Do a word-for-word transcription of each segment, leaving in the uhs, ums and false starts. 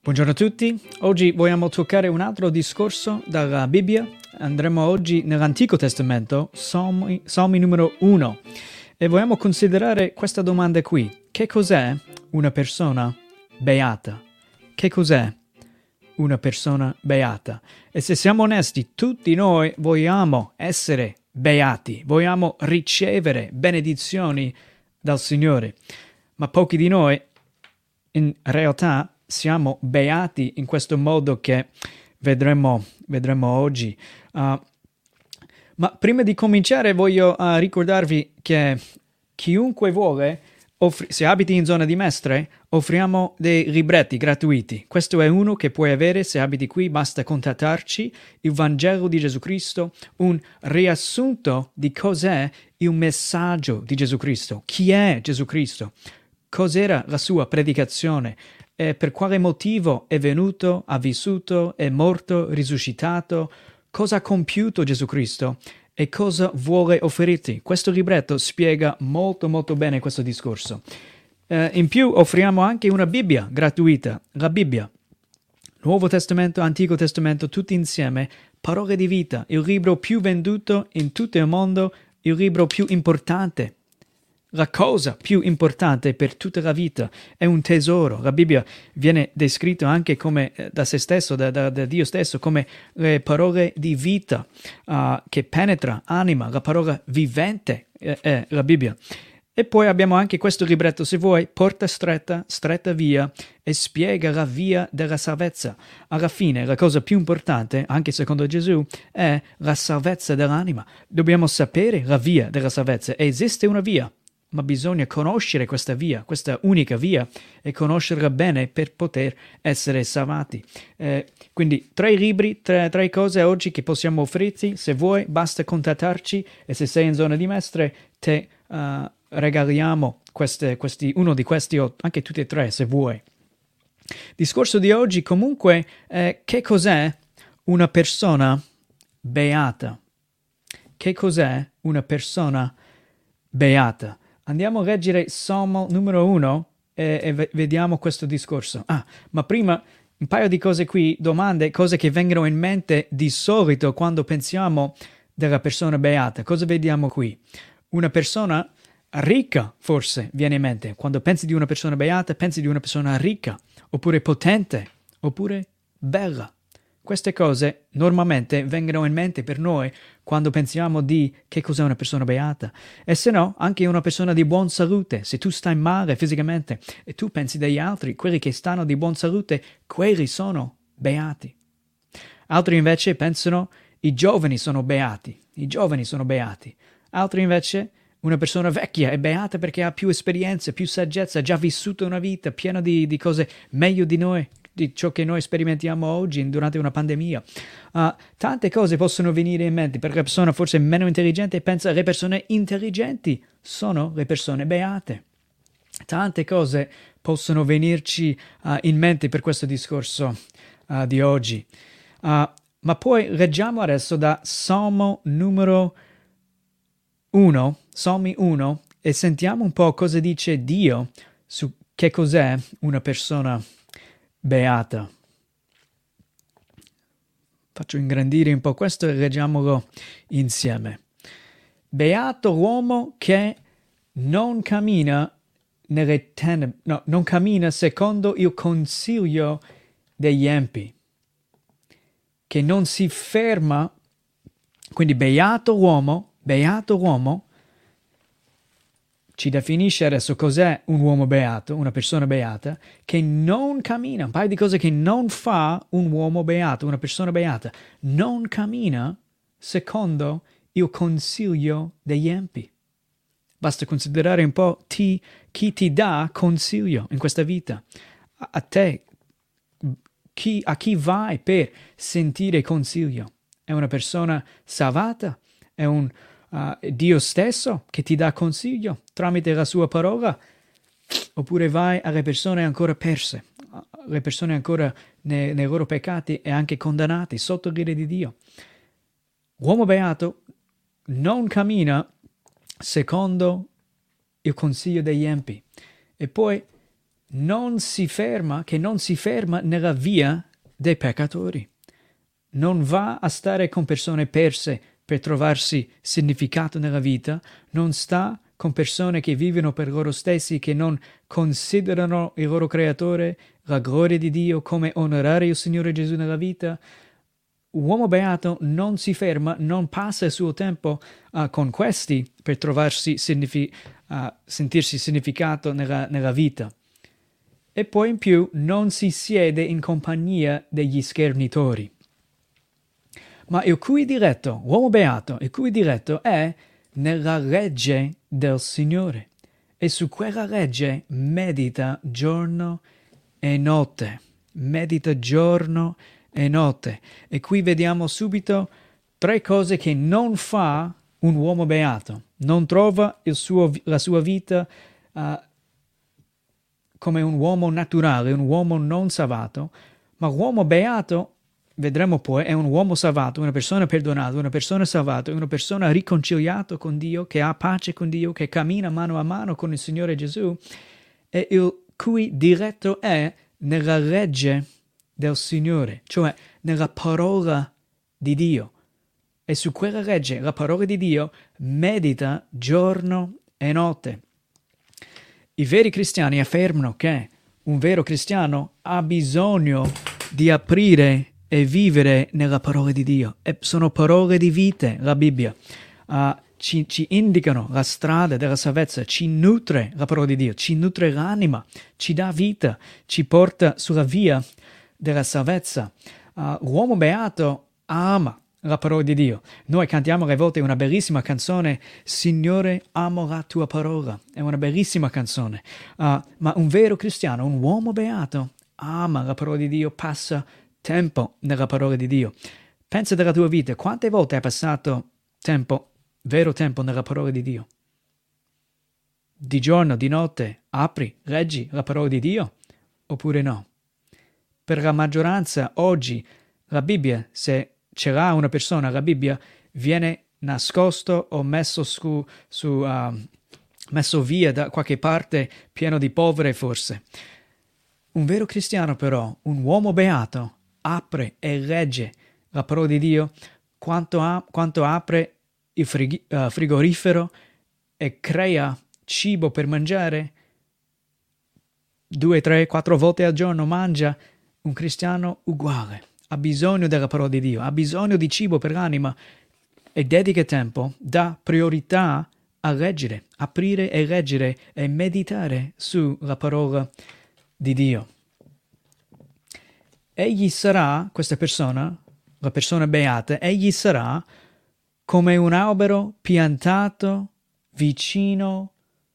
Buongiorno a tutti, oggi vogliamo toccare un altro discorso dalla Bibbia. Andremo oggi nell'Antico Testamento, Salmi, Salmi numero uno, e vogliamo considerare questa domanda qui. Che cos'è una persona beata? Che cos'è una persona beata? E se siamo onesti, tutti noi vogliamo essere beati, vogliamo ricevere benedizioni dal Signore, ma pochi di noi in realtà siamo beati in questo modo che vedremo, vedremo oggi. Uh, ma prima di cominciare voglio uh, ricordarvi che chiunque vuole, offri- se abiti in zona di Mestre, offriamo dei libretti gratuiti. Questo è uno che puoi avere se abiti qui, basta contattarci, il Vangelo di Gesù Cristo, un riassunto di cos'è il messaggio di Gesù Cristo, chi è Gesù Cristo, cos'era la sua predicazione, e per quale motivo è venuto, ha vissuto, è morto, risuscitato, cosa ha compiuto Gesù Cristo e cosa vuole offrirti. Questo libretto spiega molto molto bene questo discorso. Eh, in più offriamo anche una Bibbia gratuita, la Bibbia, Nuovo Testamento, Antico Testamento, tutti insieme, parole di vita, il libro più venduto in tutto il mondo, il libro più importante. La cosa più importante per tutta la vita è un tesoro. La Bibbia viene descritta anche come eh, da se stesso, da, da, da Dio stesso, come le parole di vita uh, che penetra, anima, la parola vivente è, è la Bibbia. E poi abbiamo anche questo libretto, se vuoi, porta stretta, stretta via, e spiega la via della salvezza. Alla fine, la cosa più importante, anche secondo Gesù, è la salvezza dell'anima. Dobbiamo sapere la via della salvezza. E esiste una via, ma bisogna conoscere questa via, questa unica via, e conoscerla bene per poter essere salvati. Eh, quindi tre libri, tre, tre cose oggi che possiamo offrirti. Se vuoi, basta contattarci, e se sei in zona di Mestre, te uh, regaliamo queste, questi, uno di questi, o anche tutti e tre, se vuoi. Discorso di oggi, comunque, eh, che cos'è una persona beata? Che cos'è una persona beata? Andiamo a leggere Salmo numero uno e, e vediamo questo discorso. Ah, ma prima un paio di cose qui, domande, cose che vengono in mente di solito quando pensiamo della persona beata. Cosa vediamo qui? Una persona ricca, forse, viene in mente. Quando pensi di una persona beata, pensi di una persona ricca, oppure potente, oppure bella. Queste cose normalmente vengono in mente per noi quando pensiamo di che cos'è una persona beata. E se no, anche una persona di buona salute. Se tu stai male fisicamente e tu pensi degli altri, quelli che stanno di buona salute, quelli sono beati. Altri invece pensano i giovani sono beati, i giovani sono beati. Altri invece una persona vecchia è beata perché ha più esperienze, più saggezza, ha già vissuto una vita piena di, di cose meglio di noi, di ciò che noi sperimentiamo oggi durante una pandemia. Uh, tante cose possono venire in mente, perché la persona forse meno intelligente pensa che le persone intelligenti sono le persone beate. Tante cose possono venirci uh, in mente per questo discorso uh, di oggi. Uh, ma poi leggiamo adesso da Salmo numero uno, Salmi uno, e sentiamo un po' cosa dice Dio su che cos'è una persona beata. Faccio ingrandire un po' questo e leggiamolo insieme. Beato l'uomo che non cammina nelle tenebre, no, non cammina secondo il consiglio degli empi, che non si ferma, quindi beato l'uomo, beato l'uomo, ci definisce adesso cos'è un uomo beato, una persona beata, che non cammina, un paio di cose che non fa un uomo beato, una persona beata, non cammina secondo il consiglio degli empi. Basta considerare un po' ti, chi ti dà consiglio in questa vita. A, a te, chi, a chi vai per sentire consiglio? È una persona salvata? È un Uh, Dio stesso che ti dà consiglio tramite la sua parola, oppure vai alle persone ancora perse, le persone ancora nei, nei loro peccati e anche condannati sotto l'ira di Dio. L'uomo beato non cammina secondo il consiglio degli empi, e poi non si ferma, che non si ferma nella via dei peccatori. Non va a stare con persone perse per trovarsi significato nella vita, non sta con persone che vivono per loro stessi, che non considerano il loro creatore, la gloria di Dio, come onorare il Signore Gesù nella vita. Uomo beato non si ferma, non passa il suo tempo uh, con questi per trovarsi signifi- uh, sentirsi significato nella, nella vita. E poi in più non si siede in compagnia degli schernitori. Ma il cui diretto, uomo beato, il cui diretto è nella legge del Signore. E su quella legge medita giorno e notte. Medita giorno e notte. E qui vediamo subito tre cose che non fa un uomo beato. Non trova il suo, la sua vita uh, come un uomo naturale, un uomo non salvato, ma l'uomo beato, vedremo poi, è un uomo salvato, una persona perdonata, una persona salvata, una persona riconciliata con Dio, che ha pace con Dio, che cammina mano a mano con il Signore Gesù, e il cui diretto è nella legge del Signore, cioè nella parola di Dio. E su quella legge, la parola di Dio, medita giorno e notte. I veri cristiani affermano che un vero cristiano ha bisogno di aprire e vivere nella parola di Dio. E sono parole di vita, la Bibbia. Uh, ci, ci indicano la strada della salvezza, ci nutre la parola di Dio, ci nutre l'anima, ci dà vita, ci porta sulla via della salvezza. Uh, l'uomo beato ama la parola di Dio. Noi cantiamo alle volte una bellissima canzone, Signore, amo la tua parola. È una bellissima canzone. Uh, ma un vero cristiano, un uomo beato, ama la parola di Dio, passa tempo nella parola di Dio. Pensa della tua vita, quante volte hai passato tempo, vero tempo nella parola di Dio? Di giorno, di notte, apri, leggi la parola di Dio? Oppure no? Per la maggioranza, oggi, la Bibbia, se ce l'ha una persona, la Bibbia viene nascosto o messo su, su uh, messo via da qualche parte pieno di polvere forse. Un vero cristiano però, un uomo beato, apre e legge la parola di Dio quanto, ha, quanto apre il frighi, uh, frigorifero e crea cibo per mangiare due, tre, quattro volte al giorno, mangia. Un cristiano uguale. Ha bisogno della parola di Dio, ha bisogno di cibo per l'anima e dedica tempo, dà priorità a leggere, aprire e leggere e meditare sulla parola di Dio. Egli sarà, questa persona, la persona beata, egli sarà come un albero piantato vicino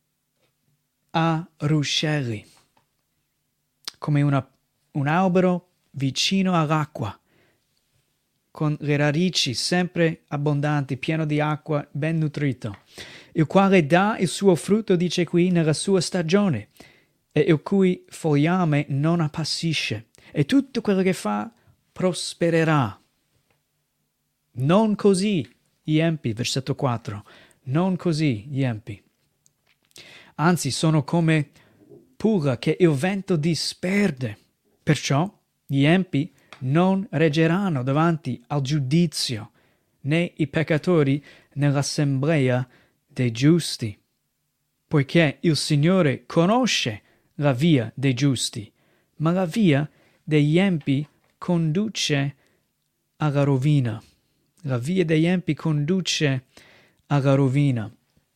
a ruscelli, come una, un albero vicino all'acqua, con le radici sempre abbondanti, pieno di acqua, ben nutrito, il quale dà il suo frutto, dice qui, nella sua stagione, e il cui fogliame non appassisce, e tutto quello che fa prospererà. Non così gli empi, versetto quattro, non così gli empi. Anzi, sono come pulla che il vento disperde, perciò gli empi non reggeranno davanti al giudizio, né i peccatori nell'assemblea dei giusti, poiché il Signore conosce la via dei giusti, ma la via degli empi conduce alla rovina. La via degli empi conduce alla rovina.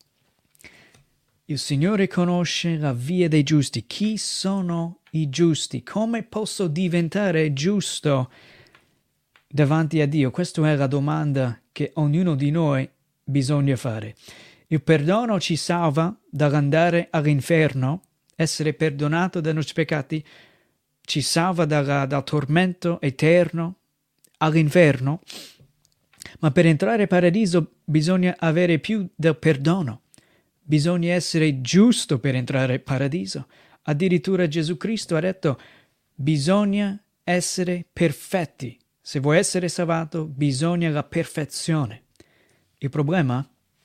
Il Signore conosce la via dei giusti. Chi sono i giusti? Come posso diventare giusto davanti a Dio? Questa è la domanda che ognuno di noi bisogna fare. Il perdono ci salva dall'andare all'inferno, essere perdonato dai nostri peccati, ci salva dalla, dal tormento eterno all'inferno, ma per entrare in paradiso bisogna avere più del perdono. Bisogna essere giusto per entrare in paradiso. Addirittura Gesù Cristo ha detto, bisogna essere perfetti. Se vuoi essere salvato, bisogna la perfezione. Il problema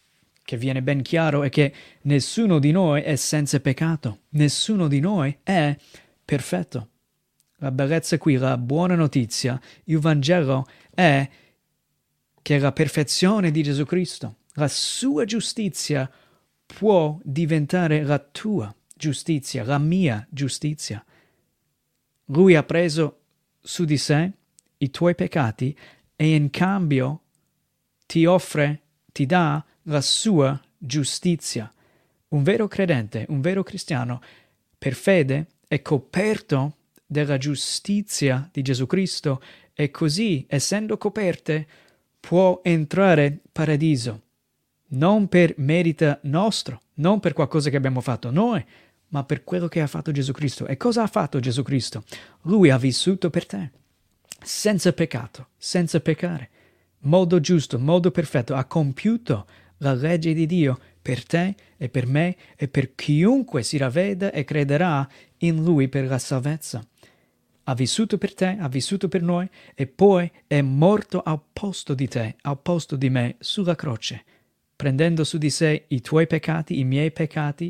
che viene ben chiaro è che nessuno di noi è senza peccato, nessuno di noi è perfetto. La bellezza qui, la buona notizia, il Vangelo è che la perfezione di Gesù Cristo, la sua giustizia può diventare la tua giustizia, la mia giustizia. Lui ha preso su di sé i tuoi peccati e in cambio ti offre, ti dà la sua giustizia. Un vero credente, un vero cristiano, per fede è coperto della giustizia di Gesù Cristo e così, essendo coperte, può entrare in paradiso. Non per merito nostro, non per qualcosa che abbiamo fatto noi, ma per quello che ha fatto Gesù Cristo. E cosa ha fatto Gesù Cristo? Lui ha vissuto per te, senza peccato, senza peccare, modo giusto, modo perfetto, ha compiuto la legge di Dio per te e per me e per chiunque si ravveda e crederà in Lui per la salvezza. Ha vissuto per te, ha vissuto per noi e poi è morto al posto di te, al posto di me, sulla croce, prendendo su di sé i tuoi peccati, i miei peccati,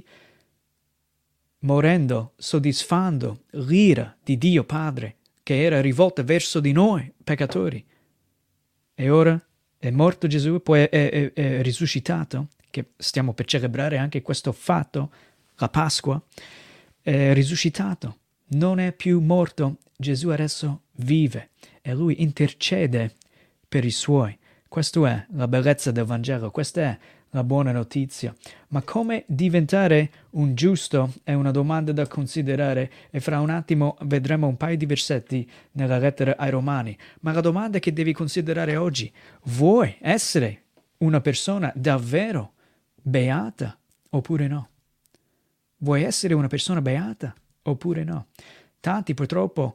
morendo, soddisfando l'ira di Dio Padre che era rivolta verso di noi, peccatori. E ora è morto Gesù, poi è, è, è risuscitato, che stiamo per celebrare anche questo fatto, la Pasqua, è risuscitato, non è più morto, Gesù adesso vive e Lui intercede per i Suoi. Questa è la bellezza del Vangelo, questa è la buona notizia. Ma come diventare un giusto è una domanda da considerare e fra un attimo vedremo un paio di versetti nella lettera ai Romani. Ma la domanda che devi considerare oggi, vuoi essere una persona davvero beata oppure no? Vuoi essere una persona beata oppure no? Tanti purtroppo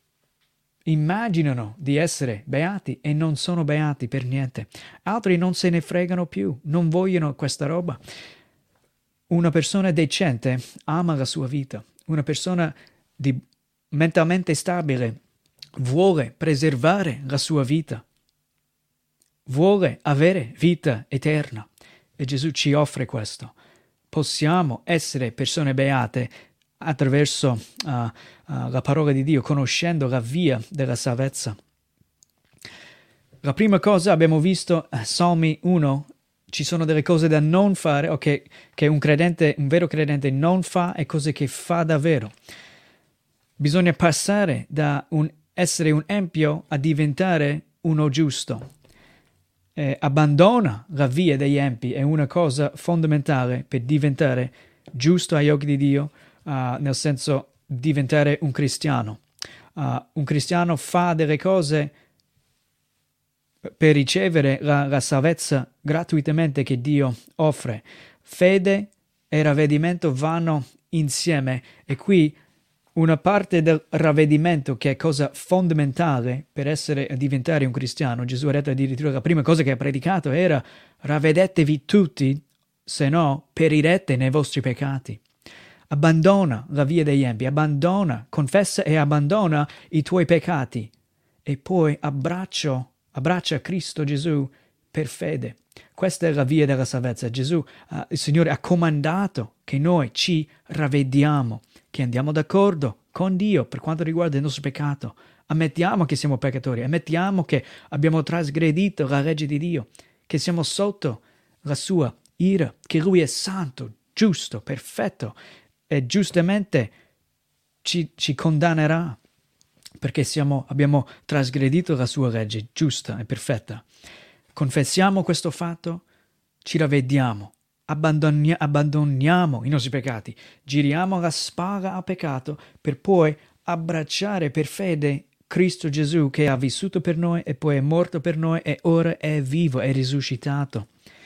immaginano di essere beati e non sono beati per niente. Altri non se ne fregano più, non vogliono questa roba. Una persona decente ama la sua vita. Una persona di mentalmente stabile vuole preservare la sua vita. Vuole avere vita eterna. E Gesù ci offre questo. Possiamo essere persone beate attraverso uh, uh, la parola di Dio, conoscendo la via della salvezza. La prima cosa abbiamo visto, uh, Salmi uno, ci sono delle cose da non fare, o che, che un credente, un vero credente non fa e cose che fa davvero. Bisogna passare da un essere un empio a diventare uno giusto. Eh, abbandona la via degli empi, è una cosa fondamentale per diventare giusto agli occhi di Dio, Uh, nel senso diventare un cristiano. Uh, un cristiano fa delle cose per ricevere la, la salvezza gratuitamente che Dio offre. Fede e ravvedimento vanno insieme e qui una parte del ravvedimento, che è cosa fondamentale per essere diventare un cristiano. Gesù ha detto addirittura, la prima cosa che ha predicato era: ravvedetevi tutti, se no perirete nei vostri peccati. Abbandona la via degli empi, abbandona, confessa e abbandona i tuoi peccati e poi abbraccia, abbraccia Cristo Gesù per fede. Questa è la via della salvezza. Gesù, uh, il Signore ha comandato che noi ci ravvediamo, che andiamo d'accordo con Dio per quanto riguarda il nostro peccato. Ammettiamo che siamo peccatori, ammettiamo che abbiamo trasgredito la legge di Dio, che siamo sotto la sua ira, che Lui è santo, giusto, perfetto, e giustamente ci, ci condannerà perché siamo, abbiamo trasgredito la sua legge giusta e perfetta. Confessiamo questo fatto, ci ravvediamo, abbandoni, abbandoniamo i nostri peccati, giriamo la spalla al peccato per poi abbracciare per fede Cristo Gesù, che ha vissuto per noi e poi è morto per noi e ora è vivo, è risuscitato.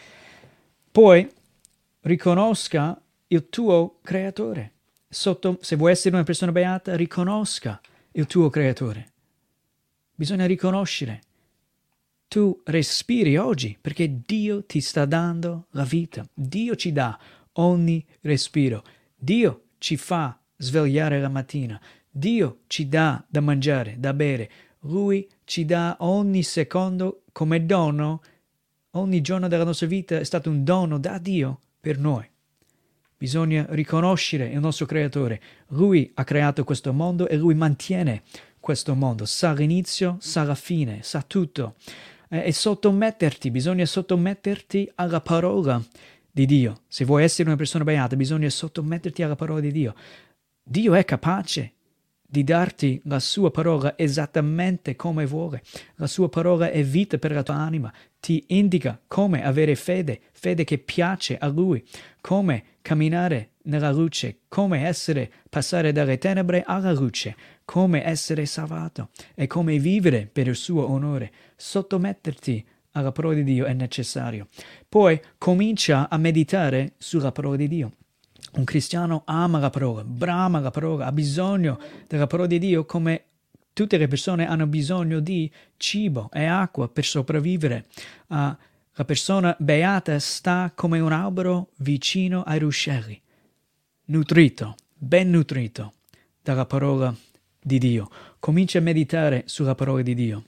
Poi riconosca il tuo creatore. Sotto, se vuoi essere una persona beata, riconosca il tuo creatore. Bisogna riconoscere. Tu respiri oggi perché Dio ti sta dando la vita. Dio ci dà ogni respiro. Dio ci fa svegliare la mattina. Dio ci dà da mangiare, da bere. Lui ci dà ogni secondo come dono, Ogni giorno della nostra vita è stato un dono da Dio per noi. Bisogna riconoscere il nostro Creatore. Lui ha creato questo mondo e Lui mantiene questo mondo. Sa l'inizio, sa la fine, sa tutto. E sottometterti, bisogna sottometterti alla parola di Dio. Se vuoi essere una persona beata, bisogna sottometterti alla parola di Dio. Dio è capace di darti la sua parola esattamente come vuole. La sua parola è vita per la tua anima. Ti indica come avere fede, fede che piace a Lui, come camminare nella luce, come essere, passare dalle tenebre alla luce, come essere salvato e come vivere per il suo onore. Sottometterti alla parola di Dio è necessario. Poi comincia a meditare sulla parola di Dio. Un cristiano ama la parola, brama la parola, ha bisogno della parola di Dio come tutte le persone hanno bisogno di cibo e acqua per sopravvivere. Uh, la persona beata sta come un albero vicino ai ruscelli, nutrito, ben nutrito dalla parola di Dio. Comincia a meditare sulla parola di Dio.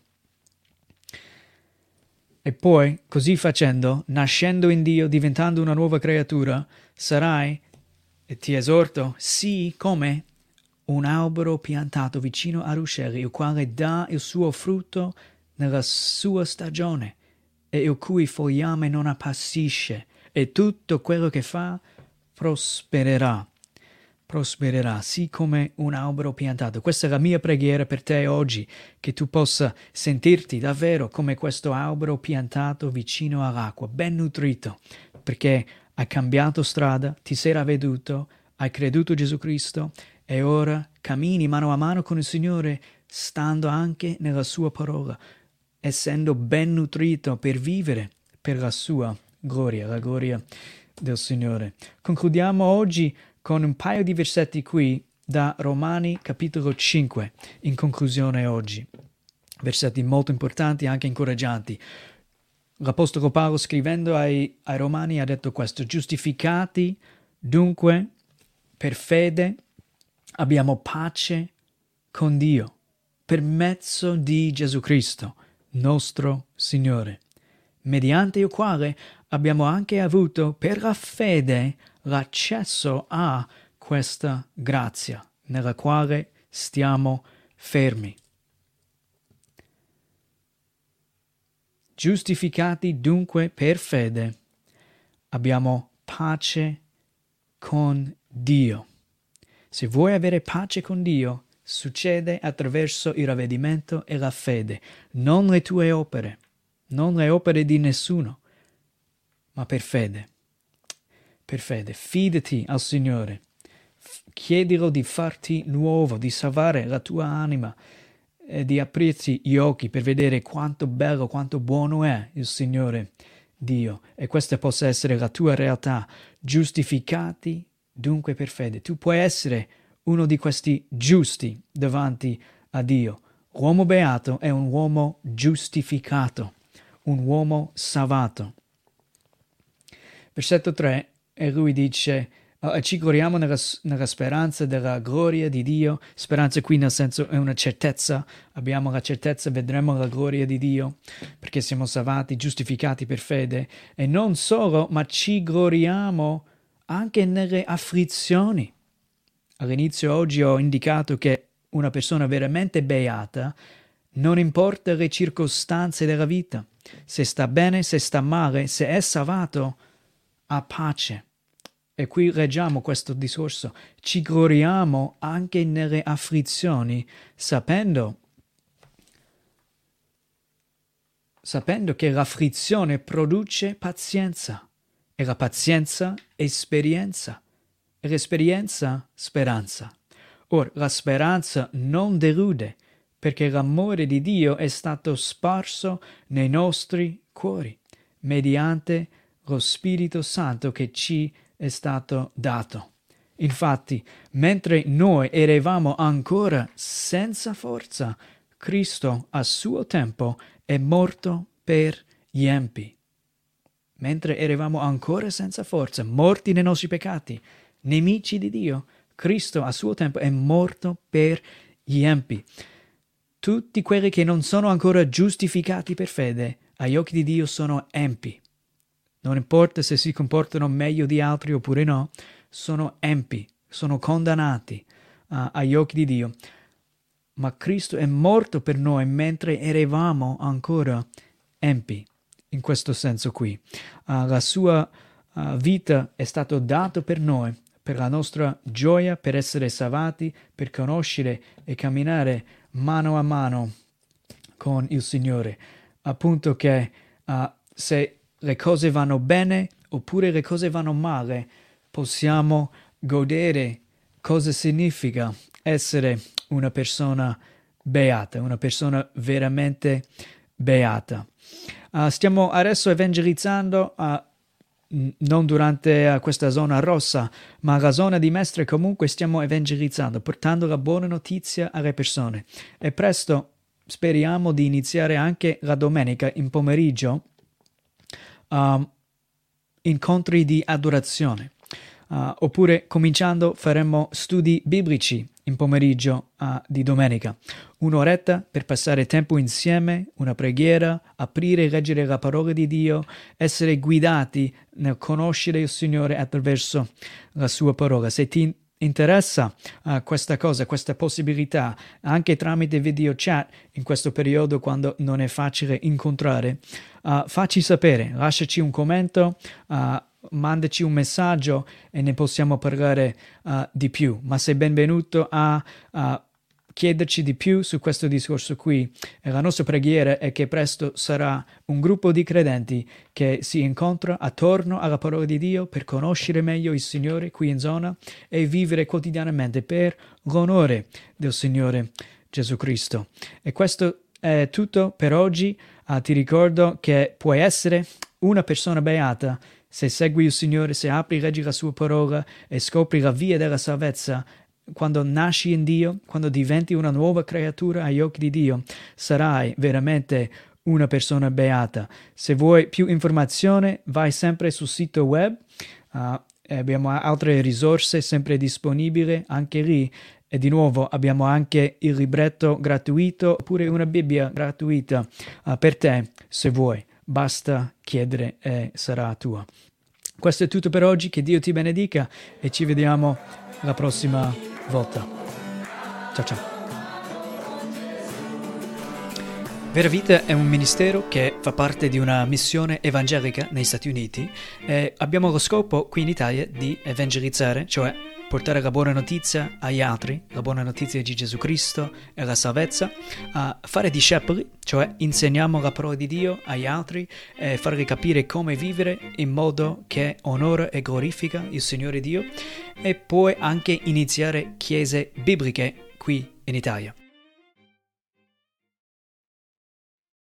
E poi, così facendo, nascendo in Dio, diventando una nuova creatura, sarai, e ti esorto, sì, come un albero piantato vicino a ruscelli, il quale dà il suo frutto nella sua stagione e il cui fogliame non appassisce, e tutto quello che fa prospererà. Prospererà, sì come un albero piantato. Questa è la mia preghiera per te oggi, che tu possa sentirti davvero come questo albero piantato vicino all'acqua, ben nutrito, perché hai cambiato strada, ti sei ravveduto, hai creduto in Gesù Cristo e ora cammini mano a mano con il Signore, stando anche nella sua parola, essendo ben nutrito per vivere per la sua gloria, la gloria del Signore. Concludiamo oggi con un paio di versetti qui da Romani capitolo cinque, in conclusione oggi. Versetti molto importanti e anche incoraggianti. L'Apostolo Paolo, scrivendo ai, ai Romani, ha detto questo: giustificati dunque per fede abbiamo pace con Dio per mezzo di Gesù Cristo, nostro Signore, mediante il quale abbiamo anche avuto per la fede l'accesso a questa grazia nella quale stiamo fermi. Giustificati dunque per fede, abbiamo pace con Dio. Se vuoi avere pace con Dio, succede attraverso il ravvedimento e la fede, non le tue opere, non le opere di nessuno, ma per fede. Per fede, fidati al Signore, chiedilo di farti nuovo, di salvare la tua anima, e di aprirti gli occhi per vedere quanto bello, quanto buono è il Signore Dio, e questa possa essere la tua realtà. Giustificati dunque per fede. Tu puoi essere uno di questi giusti davanti a Dio. L'uomo beato è un uomo giustificato, un uomo salvato. Versetto tre, e lui dice: Uh, ci gloriamo nella, nella speranza della gloria di Dio. Speranza qui nel senso è una certezza, abbiamo la certezza, vedremo la gloria di Dio, perché siamo salvati, giustificati per fede. E non solo, ma ci gloriamo anche nelle afflizioni. All'inizio oggi ho indicato che una persona veramente beata, non importa le circostanze della vita, se sta bene, se sta male, se è salvato, ha pace. E qui leggiamo questo discorso: ci gloriamo anche nelle afflizioni, sapendo, sapendo che l'afflizione produce pazienza, e la pazienza esperienza, e l'esperienza speranza. Ora, la speranza non delude, perché l'amore di Dio è stato sparso nei nostri cuori, mediante lo Spirito Santo che ci è stato dato. Infatti, mentre noi eravamo ancora senza forza, Cristo a suo tempo è morto per gli empi. Mentre eravamo ancora senza forza, morti nei nostri peccati, nemici di Dio, Cristo a suo tempo è morto per gli empi. Tutti quelli che non sono ancora giustificati per fede, agli occhi di Dio sono empi. non importa se si comportano meglio di altri oppure no, sono empi, sono condannati uh, agli occhi di Dio. Ma Cristo è morto per noi mentre eravamo ancora empi, in questo senso qui. Uh, la sua uh, vita è stata data per noi, per la nostra gioia, per essere salvati, per conoscere e camminare mano a mano con il Signore. Appunto che uh, se le cose vanno bene oppure le cose vanno male, possiamo godere cosa significa essere una persona beata, una persona veramente beata. Uh, stiamo adesso evangelizzando uh, non durante uh, questa zona rossa, ma la zona di Mestre comunque stiamo evangelizzando, portando la buona notizia alle persone. E presto speriamo di iniziare anche la domenica in pomeriggio um, incontri di adorazione. Uh, oppure cominciando faremo studi biblici in pomeriggio uh, di domenica. Un'oretta per passare tempo insieme, una preghiera, aprire e leggere la parola di Dio, essere guidati nel conoscere il Signore attraverso la sua parola. Se ti interessa uh, questa cosa, questa possibilità, anche tramite video chat in questo periodo quando non è facile incontrare, uh, facci sapere, lasciaci un commento, uh, mandaci un messaggio e ne possiamo parlare uh, di più. Ma sei benvenuto a uh, chiederci di più su questo discorso qui. E la nostra preghiera è che presto sarà un gruppo di credenti che si incontra attorno alla parola di Dio per conoscere meglio il Signore qui in zona e vivere quotidianamente per l'onore del Signore Gesù Cristo. E questo è tutto per oggi. Uh, ti ricordo che puoi essere una persona beata se segui il Signore, se apri e leggi la sua parola e scopri la via della salvezza. Quando nasci in Dio, quando diventi una nuova creatura agli occhi di Dio, sarai veramente una persona beata. Se vuoi più informazione, vai sempre sul sito web, uh, abbiamo altre risorse sempre disponibili anche lì. E di nuovo abbiamo anche il libretto gratuito oppure una Bibbia gratuita uh, per te se vuoi. Basta chiedere e sarà tua. Questo è tutto per oggi, che Dio ti benedica e ci vediamo la prossima volta. Ciao ciao. Vera Vita è un ministero che fa parte di una missione evangelica negli Stati Uniti e abbiamo lo scopo qui in Italia di evangelizzare, cioè portare la buona notizia agli altri, la buona notizia di Gesù Cristo e la salvezza, a fare discepoli, cioè insegniamo la parola di Dio agli altri e farli capire come vivere in modo che onora e glorifica il Signore Dio, e poi anche iniziare chiese bibliche qui in Italia.